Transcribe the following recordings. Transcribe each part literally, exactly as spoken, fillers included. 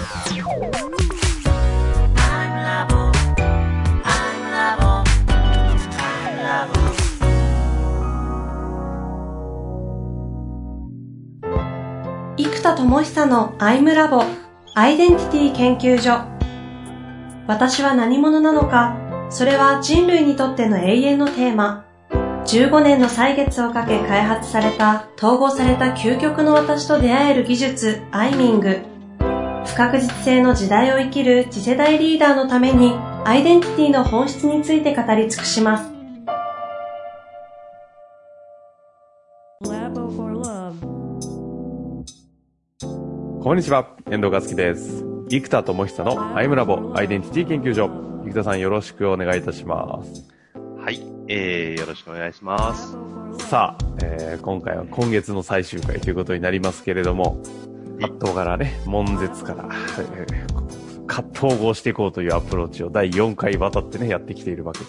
生田智久のアイムラボアイデンティティ研究所。私は何者なのか、それは人類にとっての永遠のテーマ。じゅうごねんの歳月をかけ開発された統合された究極の私と出会える技術アイミング。不確実性の時代を生きる次世代リーダーのためにアイデンティティの本質について語り尽くします。 こんにちは、遠藤和樹です。生田智久のアイムラボアイデンティティ研究所。生田さん、よろしくお願いいたします。 はい、えー、よろしくお願いします。 さあ、えー、今回は今月の最終回ということになりますけれども、葛藤からね、悶絶から、えー、葛統合していこうというアプローチをだいよんかいわたってね、やってきているわけです。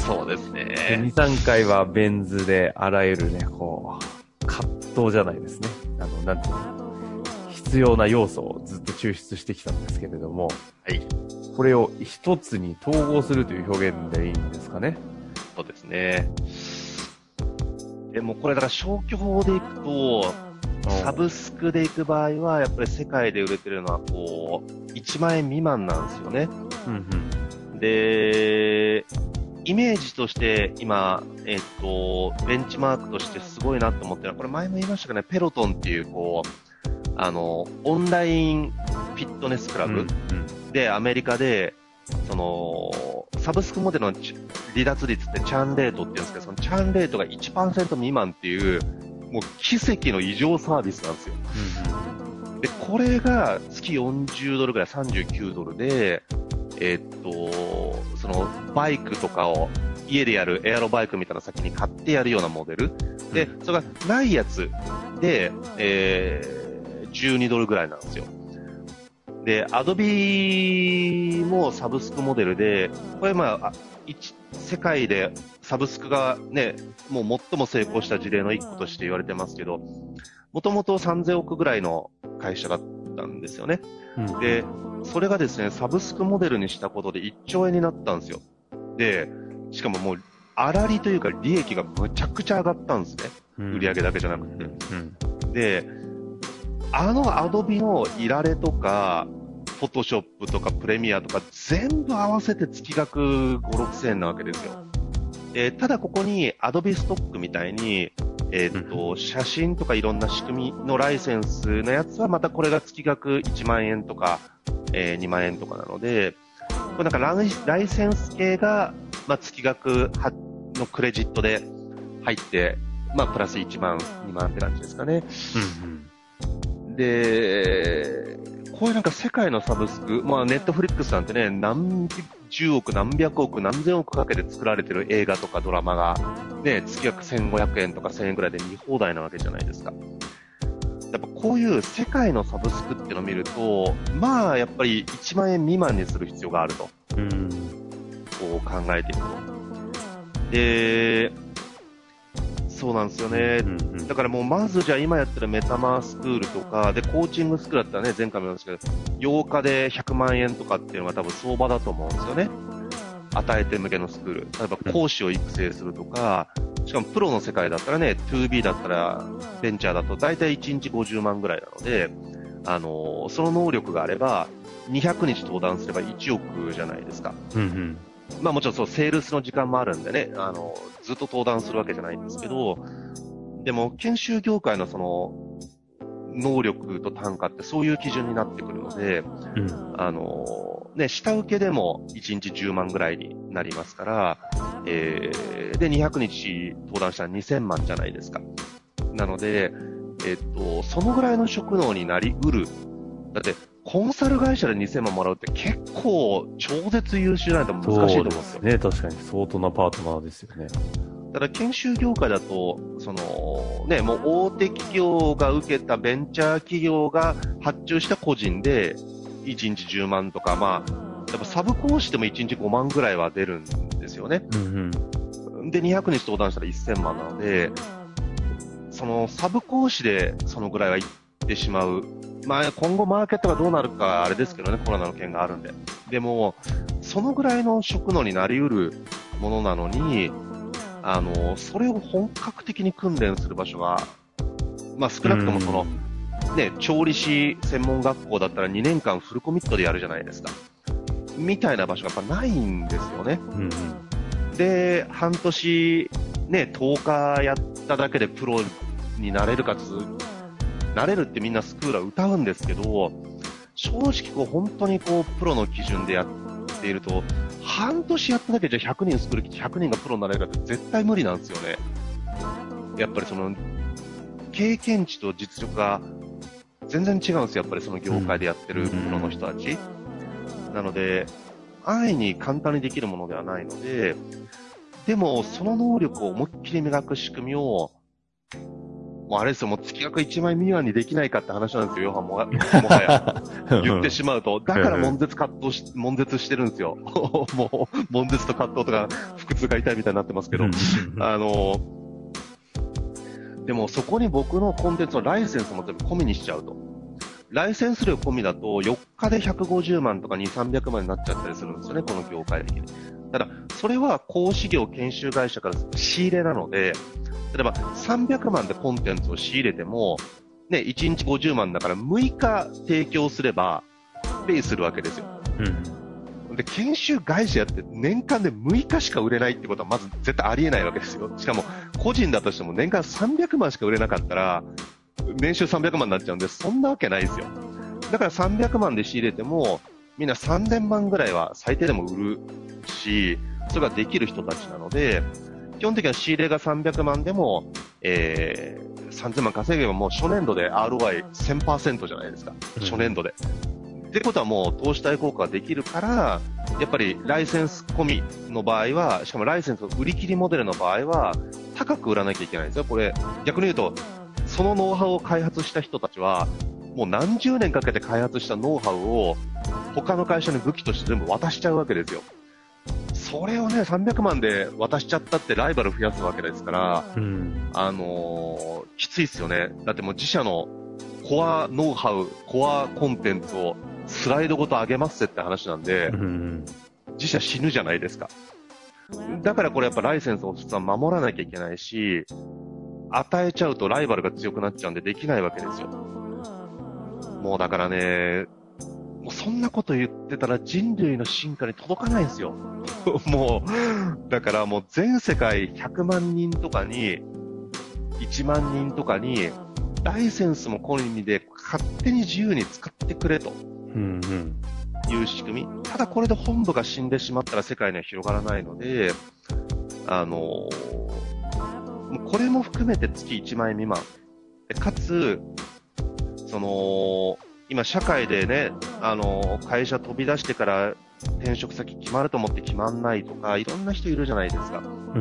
そうですね。 に、さんかいはベン図であらゆるね、こう、葛藤じゃないですね。あの、なんていうの、必要な要素をずっと抽出してきたんですけれども、 はい。 これを一つに統合するという表現でいいんですかね。 そうですね。でもこれだから消去法でいくと、サブスクでいく場合は、やっぱり世界で売れてるのはこう、いちまんえん未満なんですよね。 うんうん、 で、イメージとして今、えっと、ベンチマークとしてすごいなと思ってるのは、これ前も言いましたかね、ペロトンっていうこう、あの、オンラインフィットネスクラブで、アメリカで、その、サブスクモデルの離脱率ってチャンレートって言うんですけど、そのチャンレートが いちパーセント 未満っていう、もう奇跡の異常サービスなんですよ。うん、で、これが月よんじゅうドルぐらい、さんじゅうきゅうドルで、えー、っと、そのバイクとかを家でやるエアロバイクみたいな先に買ってやるようなモデル。で、それがないやつで、えー、じゅうにドルぐらいなんですよ。で、アドビもサブスクモデルで、これまあ、世界でサブスクがね、もう最も成功した事例の一個として言われてますけど、もともとさんぜんおくぐらいの会社だったんですよね。うん、で、それがですね、サブスクモデルにしたことでいっちょうえんになったんですよ。で、しかももう、粗利というか利益がむちゃくちゃ上がったんですね。うん、売上だけじゃなくて。うんうん、で、あのアドビのいられとか、フォトショップとかプレミアとか全部合わせて月額ご、ろくせんえんなわけですよ。えー、ただここにアドビストックみたいに、えーっと、うん、写真とかいろんな仕組みのライセンスのやつはまたこれが月額いちまんえんとか、えー、にまんえんとかなので、これなんかライ、ライセンス系が、まあ、月額のクレジットで入って、まあ、プラスいちまん、にまんって感じですかね。うんうんで、こういうなんか世界のサブスク、まあネットフリックスなんてね、何十億、何百億、何千億かけて作られてる映画とかドラマが、ね、月額せんごひゃくえんとかせんえんぐらいで見放題なわけじゃないですか。やっぱこういう世界のサブスクっていうのを見ると、まあやっぱりいちまんえん未満にする必要があると。うん。こう考えていくと。で、そうなんですよね、うんうん。だからもうまずじゃあ今やってるメタマースクールとかでコーチングスクールだったらね、前回も言いましたけど、ようかでひゃくまんえんとかっていうのが多分相場だと思うんですよね。与えて向けのスクール。例えば講師を育成するとか、しかもプロの世界だったらね、ツービー だったらベンチャーだと大体いちにちごじゅうまんぐらいなので、あのー、その能力があればにひゃくにち登壇すればいちおくじゃないですか。うんうんまあもちろんそう、セールスの時間もあるんでね、あの、ずっと登壇するわけじゃないんですけど、でも研修業界のその、能力と単価ってそういう基準になってくるので、うん、あの、ね、下請けでもいちにちじゅうまんぐらいになりますから、えー、で、にひゃくにち登壇したらにせんまんじゃないですか。なので、えっと、そのぐらいの職能になり得る。だって、コンサル会社でにせんまんもらうって結構超絶優秀じゃないと難しいと思うんですよ。 そうですね、確かに相当なパートナーですよね。 ただ研修業界だと、そのね、もう大手企業が受けたベンチャー企業が発注した個人でいちにちじゅうまんとか、まあ、やっぱサブ講師でもいちにちごまんぐらいは出るんですよね。うんうん、で、にひゃくにち登壇したらせんまんなので、そのサブ講師でそのぐらいはいってしまうまあ今後マーケットがどうなるかあれですけどね、コロナの件があるんで。でも、そのぐらいの職能になり得るものなのに、あの、それを本格的に訓練する場所が、まあ少なくともその、ね、調理師専門学校だったらにねんかんフルコミットでやるじゃないですか。みたいな場所がやっぱないんですよね。うん、で、半年、ね、とおかやっただけでプロになれるかつ、なれるってみんなスクールは歌うんですけど、正直こう本当にこうプロの基準でやっていると、半年やっただけじゃひゃくにんスクール来てひゃくにんがプロになれるかって絶対無理なんですよね。やっぱりその、経験値と実力が全然違うんですよ。やっぱりその業界でやってるプロの人たち。なので、安易に簡単にできるものではないので、でもその能力を思いっきり磨く仕組みを、もうあれですよ、もう月額いちまん円未満にできないかって話なんですよ、ヨハンも、もはや。言ってしまうと。だから悶絶葛藤し、悶絶してるんですよ。もう、悶絶と葛藤とか、腹痛が痛いみたいになってますけど。あの、でもそこに僕のコンテンツのライセンスも全部込みにしちゃうと。ライセンス料込みだとよっかでひゃくごじゅうまんとかにせんさんびゃくまんになっちゃったりするんですよね、この業界的に。ただ、それは講師業研修会社から仕入れなので、例えばさんびゃくまんでコンテンツを仕入れても、ね、いちにちごじゅうまんだからむいか提供すれば、ペイするわけですよ。うん、で、研修会社やって年間でむいかしか売れないってことはまず絶対ありえないわけですよ。しかも、個人だとしても年間さんびゃくまんしか売れなかったら、年収さんびゃくまんになっちゃうんで、そんなわけないですよ。だからさんびゃくまんで仕入れても、みんなさんぜんまんぐらいは最低でも売るし、それができる人たちなので、基本的には仕入れがさんびゃくまんでも、えー、さんぜんまん稼げばもう初年度で アールオーアイせんパーセント じゃないですか。初年度で。ってことはもう投資対効果ができるから、やっぱりライセンス込みの場合は、しかもライセンスの売り切りモデルの場合は、高く売らなきゃいけないんですよ。これ、逆に言うと、そのノウハウを開発した人たちは、もう何十年かけて開発したノウハウを他の会社に武器として全部渡しちゃうわけですよ。それをね、さんびゃくまんで渡しちゃったってライバル増やすわけですから、うん、あのー、きついですよね。だってもう自社のコアノウハウ、コアコンテンツをスライドごと上げますって話なんで、うん、自社死ぬじゃないですか。だからこれやっぱライセンスを普通は守らなきゃいけないし、与えちゃうとライバルが強くなっちゃうんでできないわけですよ。もうだからね、もうそんなこと言ってたら人類の進化に届かないんですよ。もう、だからもう全世界ひゃくまんにんとかに、いちまんにんとかに、ライセンスも込みで勝手に自由に使ってくれという仕組み。ただこれで本部が死んでしまったら世界には広がらないので、あのー、これも含めて月いちまん円未満。かつ、その、今社会でね、あのー、会社飛び出してから転職先決まると思って決まんないとか、いろんな人いるじゃないですか。うんうん、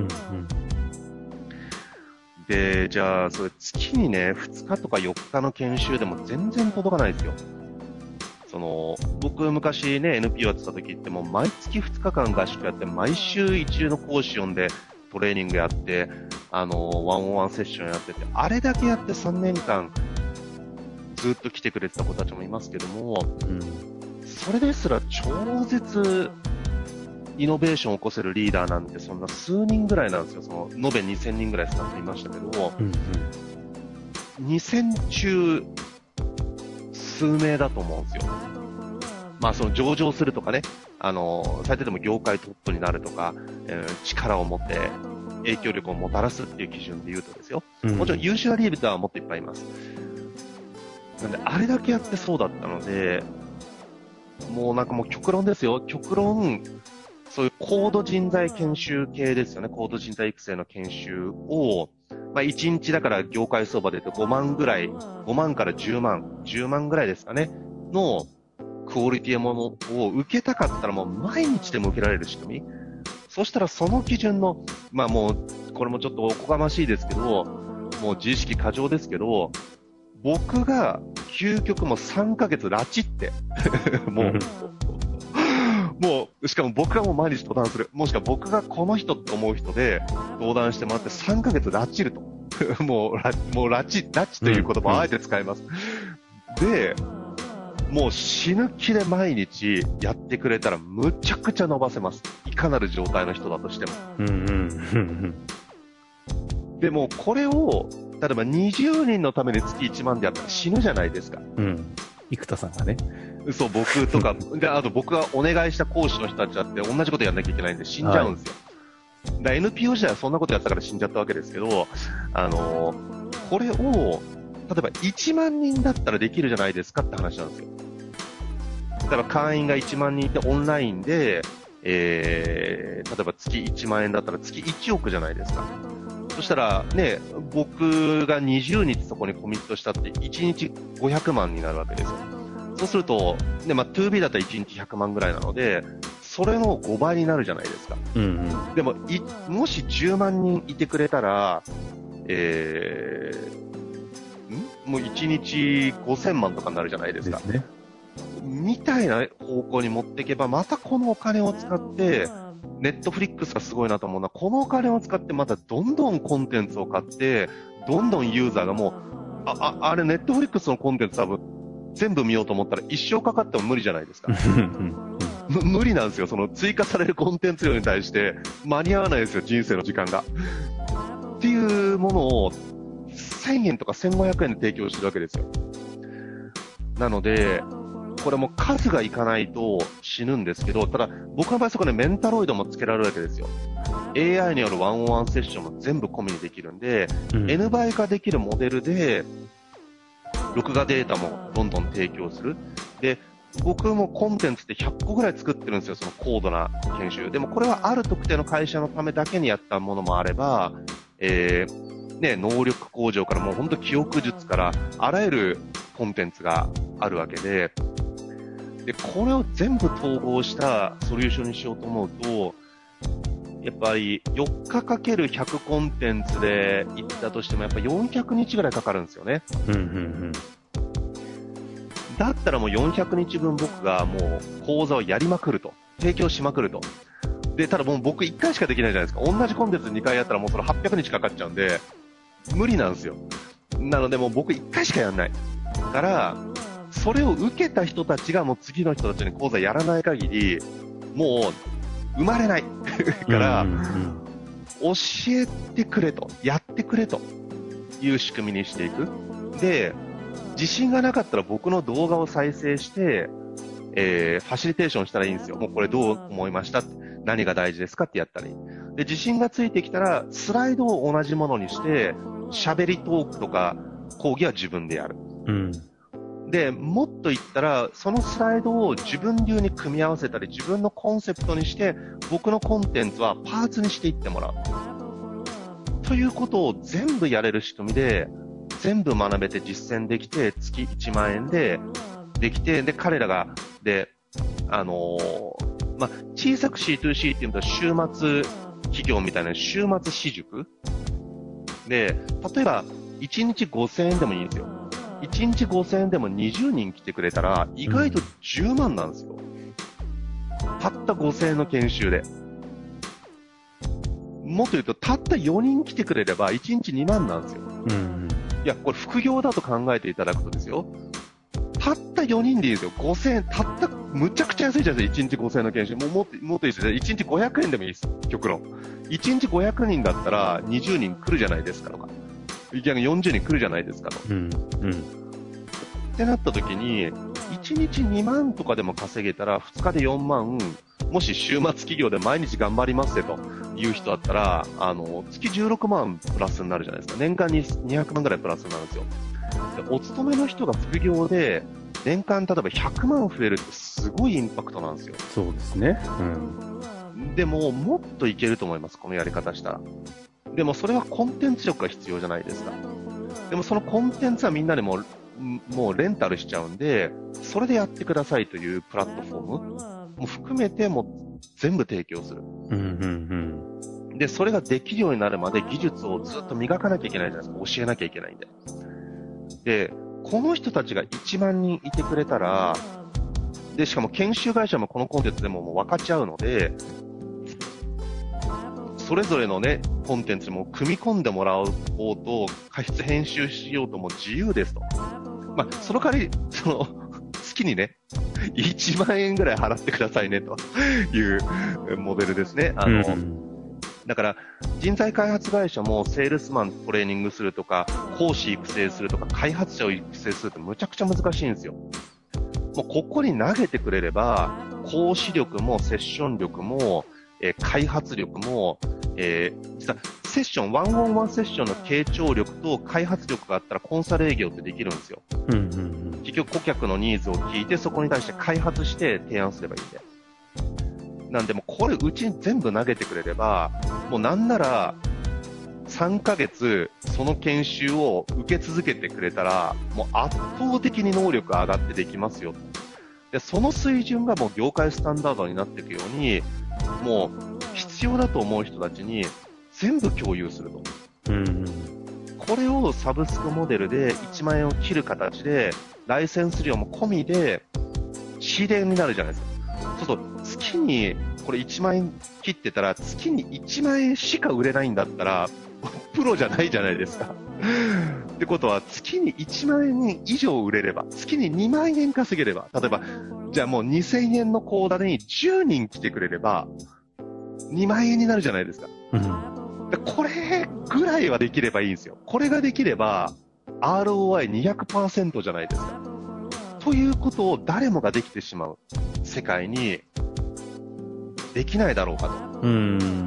で、じゃあ、それ月にね、ふつかとかよっかの研修でも全然届かないですよ。その、僕昔ね、エヌピーオー やってた時ってもう毎月ふつかかん合宿やって、毎週一流の講師呼んでトレーニングやって、あの、ワンオンワンセッションやってて、あれだけやってさんねんかんずっと来てくれてた子たちもいますけども、うん、それですら超絶イノベーションを起こせるリーダーなんてそんな数人ぐらいなんですよ。その延べにせんにんぐらいスタッフいましたけど、うんうん、にせん中数名だと思うんですよ。まあその上場するとかね、あの最低でも業界トップになるとか、えー、力を持って影響力をもたらすっていう基準で言うとですよ。うん、もちろん優秀なリーダーはもっといっぱいいます。なんであれだけやってそうだったので、もうなんかもう極論ですよ。極論そういう高度人材研修系ですよね。高度人材育成の研修を、まあいちにちだから業界相場で言うとごまんぐらい、ごまんからじゅうまん、じゅうまんぐらいですかね、のクオリティものを受けたかったらもう毎日でも受けられる仕組み。そしたらその基準の、まあもう、これもちょっとおこがましいですけど、もう自意識過剰ですけど、僕が究極もさんかげつ拉致って、もう、もう、しかも僕がもう毎日登壇する。もしくは僕がこの人って思う人で登壇してもらってさんかげつ拉致ると。もう、もう拉致、拉致という言葉をあえて使います。うんうん、で、 もう死ぬ気で毎日やってくれたらむちゃくちゃ伸ばせます。いかなる状態の人だとしても。 うんうんでもこれを例えばにじゅうにんのために月いちまんでやったら死ぬじゃないですか。 うん。生田さんがね。 そう、僕とか、で、あと僕がお願いした講師の人たちだって同じことやんなきゃいけないんで死んじゃうんですよ。はい、だから エヌピーオー 時代はそんなことやってたから死んじゃったわけですけど、あのー、これを、例えばいちまんにんだったらできるじゃないですかって話なんですよ。例えば会員がいちまんにんいてオンラインで、えー、例えば月いちまんえんだったら月いちおくじゃないですか。そしたらね、僕がにじゅうにちそこにコミットしたっていちにちごひゃくまんになるわけですよ。そうすると、ね、まあ、ツービー だったらいちにちひゃくまんぐらいなので、それのごばいになるじゃないですか。 うんうん、 でもい、もしじゅうまんにんいてくれたら、えー、んもういちにちごせんまんとかになるじゃないですか。 ですね。 みたいな方向に持っていけば、またこのお金を使って、ネットフリックスがすごいなと思うのは、このお金を使ってまたどんどんコンテンツを買って、どんどんユーザーがもう、あ、あ、あれネットフリックスのコンテンツ多分、全部見ようと思ったら一生かかっても無理じゃないですか。無理なんですよ。その追加されるコンテンツ量に対して間に合わないですよ、人生の時間が。っていうものをせんえんとかせんごひゃくえんで提供してるわけですよ。なので、これも数がいかないと死ぬんですけど、ただ僕の場合そこでメンタロイドもつけられるわけですよ。エーアイ によるワンオンワンセッションも全部込みにできるんで、うん、N 倍化できるモデルで、録画データもどんどん提供する。で、僕もコンテンツってひゃっこぐらい作ってるんですよ、その高度な研修。でもこれはある特定の会社のためだけにやったものもあれば、えー、ね、能力向上からもう本当記憶術からあらゆるコンテンツがあるわけで、で、これを全部統合したソリューションにしようと思うと、やっぱりよっかかけるひゃくコンテンツでいったとしてもやっぱよんひゃくにちぐらいかかるんですよね。 うんうんうん。 だったらもうよんひゃくにちぶん僕がもう講座をやりまくると。提供しまくると。で、ただもう僕いっかいしかできないじゃないですか。同じコンテンツにかいやったらもうそれはっぴゃくにちかかっちゃうんで、無理なんですよ。なのでもう僕いっかいしかやんない。から、それを受けた人たちがもう次の人たちに講座やらない限り、もう生まれない。から、うんうんうん、教えてくれと、やってくれという仕組みにしていく。で、自信がなかったら僕の動画を再生して、えー、ファシリテーションしたらいいんですよ。もうこれどう思いました？何が大事ですかってやったらいい。で、自信がついてきたら、スライドを同じものにして、喋りトークとか講義は自分でやる。 うんで、もっと言ったら、そのスライドを自分流に組み合わせたり、自分のコンセプトにして、僕のコンテンツはパーツにしていってもらう。ということを全部やれる仕組みで、全部学べて実践できて、月いちまんえんでできて、で、彼らが、で、あのー、まあ、小さく シーツーシー っていうと、週末企業みたいな週末私塾で、例えば、いちにちごせんえんでもいいんですよ。いちにちごせんえんでもにじゅうにん来てくれたら、意外とじゅうまんなんですよ。たったごせんえんの研修で。もっと言うと、たったよにん来てくれれば、いちにちにまんなんですよ。 うん、 いや、これ副業だと考えていただくとですよ。たったよにんでいいですよ。ごせんえん、たった、むちゃくちゃ安いじゃないですか。いちにちごせんえんの研修。もうもっと、もっといいですよ。いちにちごひゃくえんでもいいです。極論。いちにちごひゃくにんだったら、にじゅうにん来るじゃないですかとか。逆によんじゅうにん来るじゃないですかと。 うんうん、 ってなった時に、いちにちにまんとかでも稼げたら、ふつかでよんまん、もし週末企業で毎日頑張りますってという人だったら、あの、月じゅうろくまんプラスになるじゃないですか。年間ににひゃくまんぐらいプラスになるんですよ。で、お勤めの人が副業で、年間例えばひゃくまん増えるってすごいインパクトなんですよ。 そうですね。 うん。でも、もっといけると思います。このやり方したら。でもそれはコンテンツ力が必要じゃないですか。でもそのコンテンツはみんなでももうレンタルしちゃうんで、それでやってくださいというプラットフォームも含めてもう全部提供する。 うんうんうん、で、それができるようになるまで技術をずっと磨かなきゃいけないじゃないですか。教えなきゃいけないんで。で、この人たちがいちまんにんいてくれたら、で、しかも研修会社もこのコンテンツでももう分かっちゃうので、それぞれのね、コンテンツも組み込んでもらおうと、過失編集しようとも自由ですと。まあ、その代わり、その、 月にね、いちまんえんぐらい払ってくださいね、というモデルですね。あの、うん、だから、人材開発会社もセールスマントレーニングするとか、講師育成するとか、開発者を育成するってむちゃくちゃ難しいんですよ。もうここに投げてくれれば、講師力もセッション力も、えー、開発力も、えー、実はセッション、ワンオンワンセッションの傾聴力と開発力があったらコンサル営業ってできるんですよ。うんうんうん、結局顧客のニーズを聞いてそこに対して開発して提案すればいいんで。なんでもこれうちに全部投げてくれれば、もうなんならさんかげつその研修を受け続けてくれたら、もう圧倒的に能力が上がってできますよ。で、その水準がもう業界スタンダードになっていくように、もう必要だと思う人たちに全部共有すると。うん、これをサブスクモデルでいちまんえんを切る形で、ライセンス料も込みで仕入れになるじゃないですか。そうすると月にこれいちまんえん切ってたら月にいちまんえんしか売れないんだったらプロじゃないじゃないですか。ってことは月にいちまんえん以上売れれば、月ににまんえん稼げれば、例えばじゃあもうにせんえんの講座にじゅうにん来てくれればにまんえんになるじゃないですか。うん、でこれぐらいはできればいいんですよ。これができれば アールオーアイにひゃくパーセント じゃないですか。ということを誰もができてしまう世界にできないだろうかと。うん、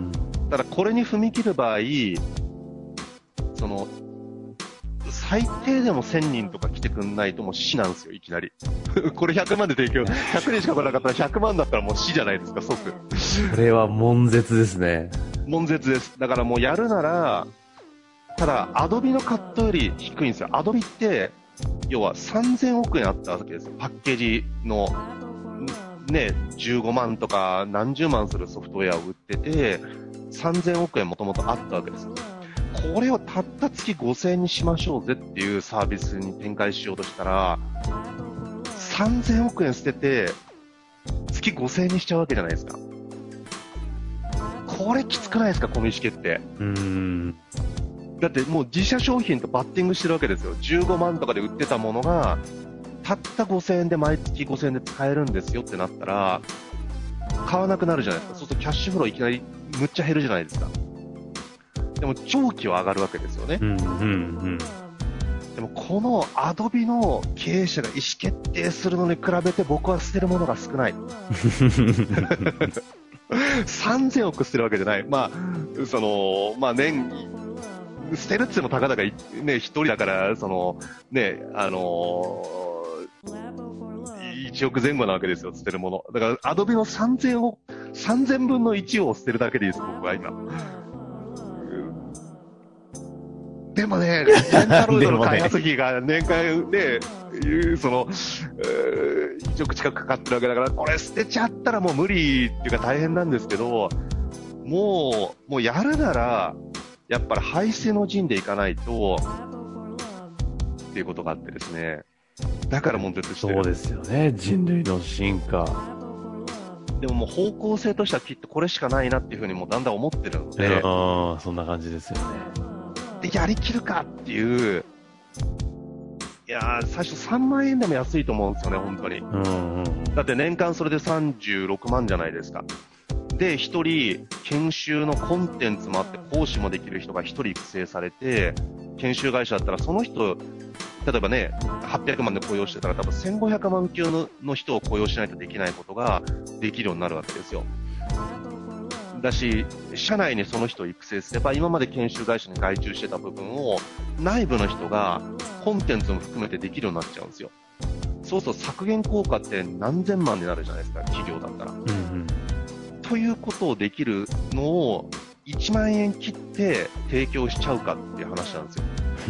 ただこれに踏み切る場合、その最低でもせんにんとか来てくんないともう死なんですよ、いきなり。これひゃくまんで提供、ひゃくにんしか来なかったらひゃくまんだったらもう死じゃないですか、即。 これは悶絶ですね。 悶絶です。だからもうやるなら、ただアドビのカットより低いんですよ。アドビって要はさんぜんおくえんあったわけですよ。パッケージのね、じゅうごまんとか何十万するソフトウェアを売ってて、さんぜんおくえんもともとあったわけです。これをたった月ごせんえんにしましょうぜっていうサービスに展開しようとしたら、さんぜんおくえん捨てて月ごせんえんにしちゃうわけじゃないですか。これきつくないですか、この意思決定。うーん、だってもう自社商品とバッティングしてるわけですよ。じゅうごまんとかで売ってたものがたったごせんえんで毎月ごせんえんで使えるんですよってなったら買わなくなるじゃないですか。そうするとキャッシュフローいきなりむっちゃ減るじゃないですか。でも長期は上がるわけですよね。うんうんうん、でもこのアドビの経営者が意思決定するのに比べて僕は捨てるものが少ない。さんぜんおく捨てるわけじゃない。まあそのまあ年捨てるって言ってもたかだかね一人だからそのねあのー、いちおくぜん後なわけですよ、捨てるもの。だからアドビのさんぜんおくさんぜんぶんのいちを捨てるだけでいいです、僕は今。でもね、レンタロイドの開発費が年間で、その、いちおく近くかかってるわけだから、これ捨てちゃったらもう無理っていうか大変なんですけど、もう、もうやるなら、やっぱり排水の陣でいかないと、っていうことがあってですね。だから悶絶してる。 そうですよね、人類の進化。 でももう方向性としてはきっとこれしかないなっていうふうにもうだんだん思ってるので。 ああ、そんな感じですよね。 で、やりきるかっていう、いやー、最初さんまんえんでも安いと思うんですよね、本当に。うんうん、だって年間それでさんじゅうろくまんじゃないですか。で、一人、研修のコンテンツもあって、講師もできる人が一人育成されて、研修会社だったらその人、例えばね、はっぴゃくまんで雇用してたら多分せんごひゃくまん級の、の人を雇用しないとできないことができるようになるわけですよ。だし、社内にその人を育成すれば、今まで研修会社に外注してた部分を内部の人がコンテンツも含めてできるようになっちゃうんですよ。そうすると削減効果って何千万になるじゃないですか、企業だったら。うんうん、ということをできるのをいちまんえん切って提供しちゃうかっていう話なんですよ。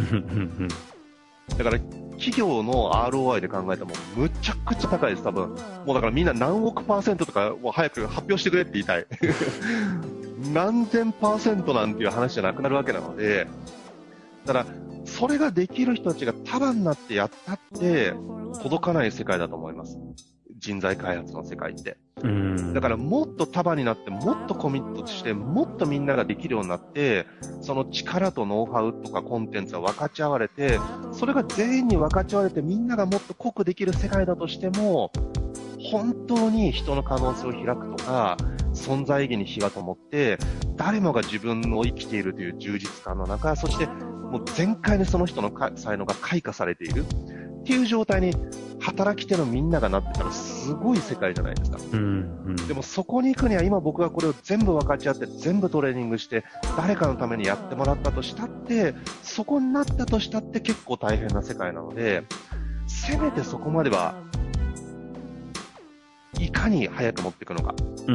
だから企業の アールオーアイ で考えたらもうむちゃくちゃ高いです、多分。もうだからみんな何億パーセントとかもう早く発表してくれって言いたい。何千パーセントなんていう話じゃなくなるわけなので、だからそれができる人たちが束になってやったって届かない世界だと思います。人材開発の世界って。 うん。 だからもっと束になって、もっとコミットして、もっとみんなができるようになって、その力とノウハウとかコンテンツが分かち合われて、それが全員に分かち合われて、みんながもっと濃くできる世界だとしても、本当に人の可能性を開くとか、存在意義に火が灯って、誰もが自分の生きているという充実感の中、そしてもう全開にその人の才能が開花されているっていう状態に働き手のみんながなってたらすごい世界じゃないですか。 うんうん、 でもそこに行くには今僕がこれを全部分かち合って全部トレーニングして誰かのためにやってもらったとしたって、そこになったとしたって結構大変な世界なので、せめてそこまではいかに早く持っていくのか。 うん。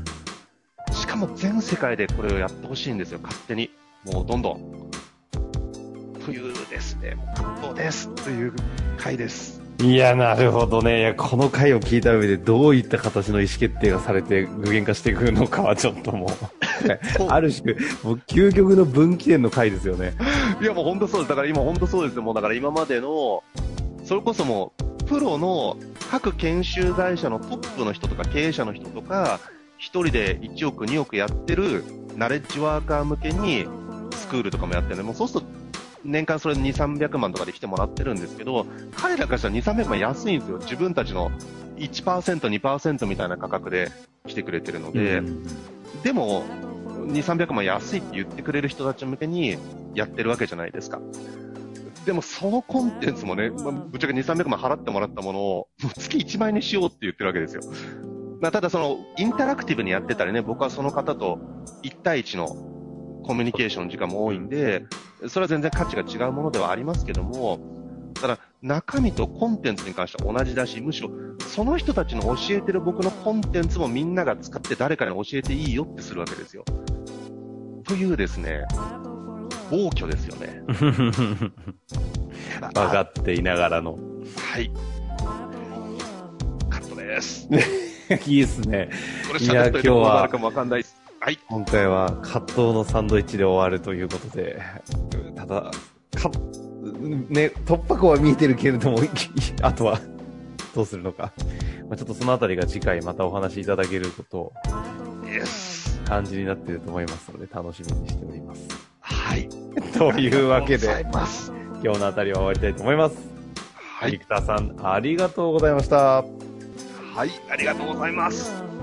しかも全世界でこれをやってほしいんですよ、勝手に。もうどんどん。というですね、もう葛藤ですという回です。 いや、なるほどね。いや、この回を聞いた上でどういった形の意思決定がされて具現化していくのかはちょっともう、ある種、もう究極の分岐点の回ですよね。 いや、もう本当そうです。だから今本当そうですよ。もうだから今までの、それこそもう、プロの各研修会社のトップの人とか経営者の人とか、一人でいちおくにおくやってるナレッジワーカー向けにスクールとかもやってるんで、もうそうすると年間それにせんさんびゃくまんとかで来てもらってるんですけど、彼らからしたらにせんさんびゃくまん安いんですよ。自分たちの いちパーセント、にパーセント みたいな価格で来てくれてるので、うん、でもにせんさんびゃくまん安いって言ってくれる人たち向けにやってるわけじゃないですか。でもそのコンテンツもね、まあ、ぶっちゃけにせんさんびゃくまん払ってもらったものを月いちまん円にしようって言ってるわけですよ。まあ、ただそのインタラクティブにやってたりね、僕はその方といち対いちのコミュニケーションの時間も多いんで、それは全然価値が違うものではありますけども、ただ中身とコンテンツに関しては同じだし、むしろその人たちの教えてる僕のコンテンツもみんなが使って誰かに教えていいよってするわけですよ。というですね、暴挙ですよね。 分かっていながらの。 はい。カットです。 いいですね。 これ喋っといてどうなるかもわかんないです。はい。 今回は葛藤のサンドイッチで終わるということで、ただ、か、ね、突破口は見えてるけれども、あとはどうするのか。まあ、ちょっとそのあたりが次回またお話しいただけることを、感じになっていると思いますので、楽しみにしております。 はい。 というわけで、今日のあたりは終わりたいと思います。 はい。 生田さん、ありがとうございました。 はい、ありがとうございます。